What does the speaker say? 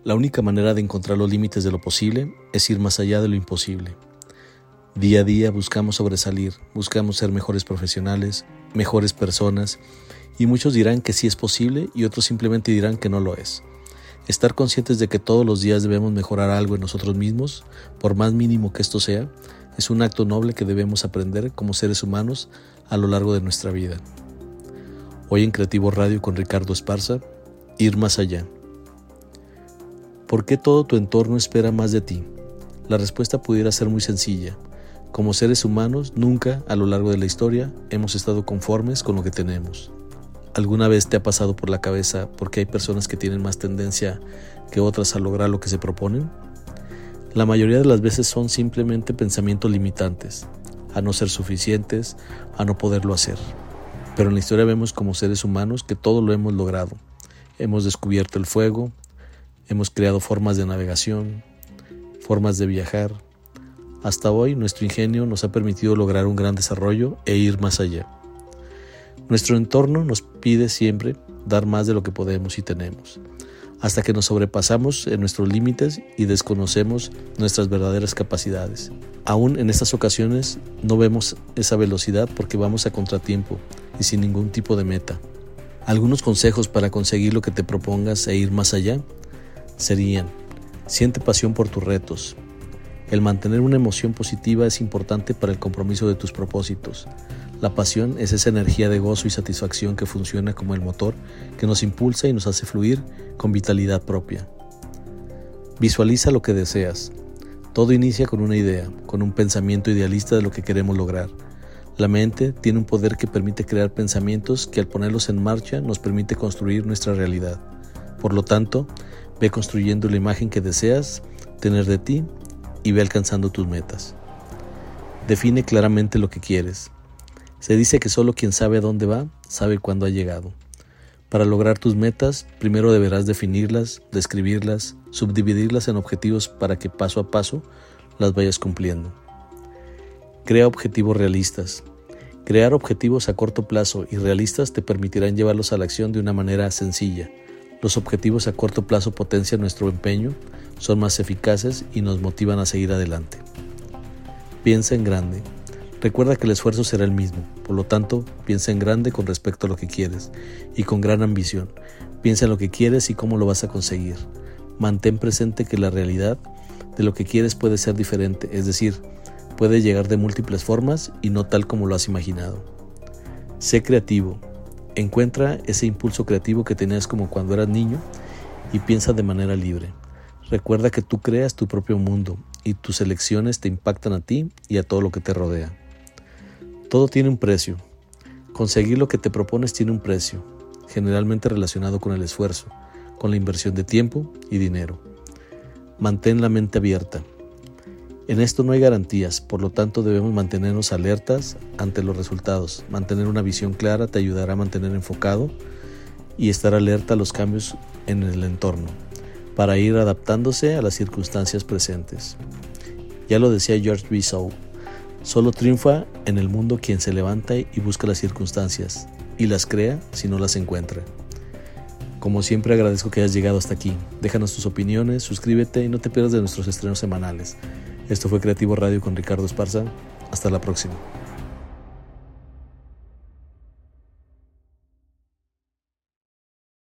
La única manera de encontrar los límites de lo posible es ir más allá de lo imposible. Día a día buscamos sobresalir, buscamos ser mejores profesionales, mejores personas, y muchos dirán que sí es posible y otros simplemente dirán que no lo es. Estar conscientes de que todos los días debemos mejorar algo en nosotros mismos, por más mínimo que esto sea, es un acto noble que debemos aprender como seres humanos a lo largo de nuestra vida. Hoy en Creativo Radio con Ricardo Esparza, ir más allá. ¿Por qué todo tu entorno espera más de ti? La respuesta pudiera ser muy sencilla. Como seres humanos, nunca a lo largo de la historia hemos estado conformes con lo que tenemos. ¿Alguna vez te ha pasado por la cabeza por qué hay personas que tienen más tendencia que otras a lograr lo que se proponen? La mayoría de las veces son simplemente pensamientos limitantes, a no ser suficientes, a no poderlo hacer. Pero en la historia vemos como seres humanos que todo lo hemos logrado. Hemos descubierto el fuego, hemos creado formas de navegación, formas de viajar. Hasta hoy nuestro ingenio nos ha permitido lograr un gran desarrollo e ir más allá. Nuestro entorno nos pide siempre dar más de lo que podemos y tenemos, hasta que nos sobrepasamos en nuestros límites y desconocemos nuestras verdaderas capacidades. Aún en estas ocasiones no vemos esa velocidad porque vamos a contratiempo y sin ningún tipo de meta. Algunos consejos para conseguir lo que te propongas e ir más allá serían: siente pasión por tus retos. El mantener una emoción positiva es importante para el compromiso de tus propósitos. La pasión es esa energía de gozo y satisfacción que funciona como el motor que nos impulsa y nos hace fluir con vitalidad propia. Visualiza lo que deseas. Todo inicia con una idea, con un pensamiento idealista de lo que queremos lograr. La mente tiene un poder que permite crear pensamientos que al ponerlos en marcha nos permite construir nuestra realidad. Por lo tanto, ve construyendo la imagen que deseas tener de ti y ve alcanzando tus metas. Define claramente lo que quieres. Se dice que solo quien sabe a dónde va, sabe cuándo ha llegado. Para lograr tus metas, primero deberás definirlas, describirlas, subdividirlas en objetivos para que paso a paso las vayas cumpliendo. Crea objetivos realistas. Crear objetivos a corto plazo y realistas te permitirán llevarlos a la acción de una manera sencilla. Los objetivos a corto plazo potencian nuestro empeño, son más eficaces y nos motivan a seguir adelante. Piensa en grande. Recuerda que el esfuerzo será el mismo, por lo tanto, piensa en grande con respecto a lo que quieres y con gran ambición. Piensa en lo que quieres y cómo lo vas a conseguir. Mantén presente que la realidad de lo que quieres puede ser diferente, es decir, puede llegar de múltiples formas y no tal como lo has imaginado. Sé creativo. Encuentra ese impulso creativo que tenías como cuando eras niño y piensa de manera libre. Recuerda que tú creas tu propio mundo y tus elecciones te impactan a ti y a todo lo que te rodea. Todo tiene un precio. Conseguir lo que te propones tiene un precio, generalmente relacionado con el esfuerzo, con la inversión de tiempo y dinero. Mantén la mente abierta. En esto no hay garantías, por lo tanto debemos mantenernos alertas ante los resultados. Mantener una visión clara te ayudará a mantener enfocado y estar alerta a los cambios en el entorno, para ir adaptándose a las circunstancias presentes. Ya lo decía George B. Shaw, solo triunfa en el mundo quien se levanta y busca las circunstancias, y las crea si no las encuentra. Como siempre agradezco que hayas llegado hasta aquí. Déjanos tus opiniones, suscríbete y no te pierdas de nuestros estrenos semanales. Esto fue Creativo Radio con Ricardo Esparza. Hasta la próxima.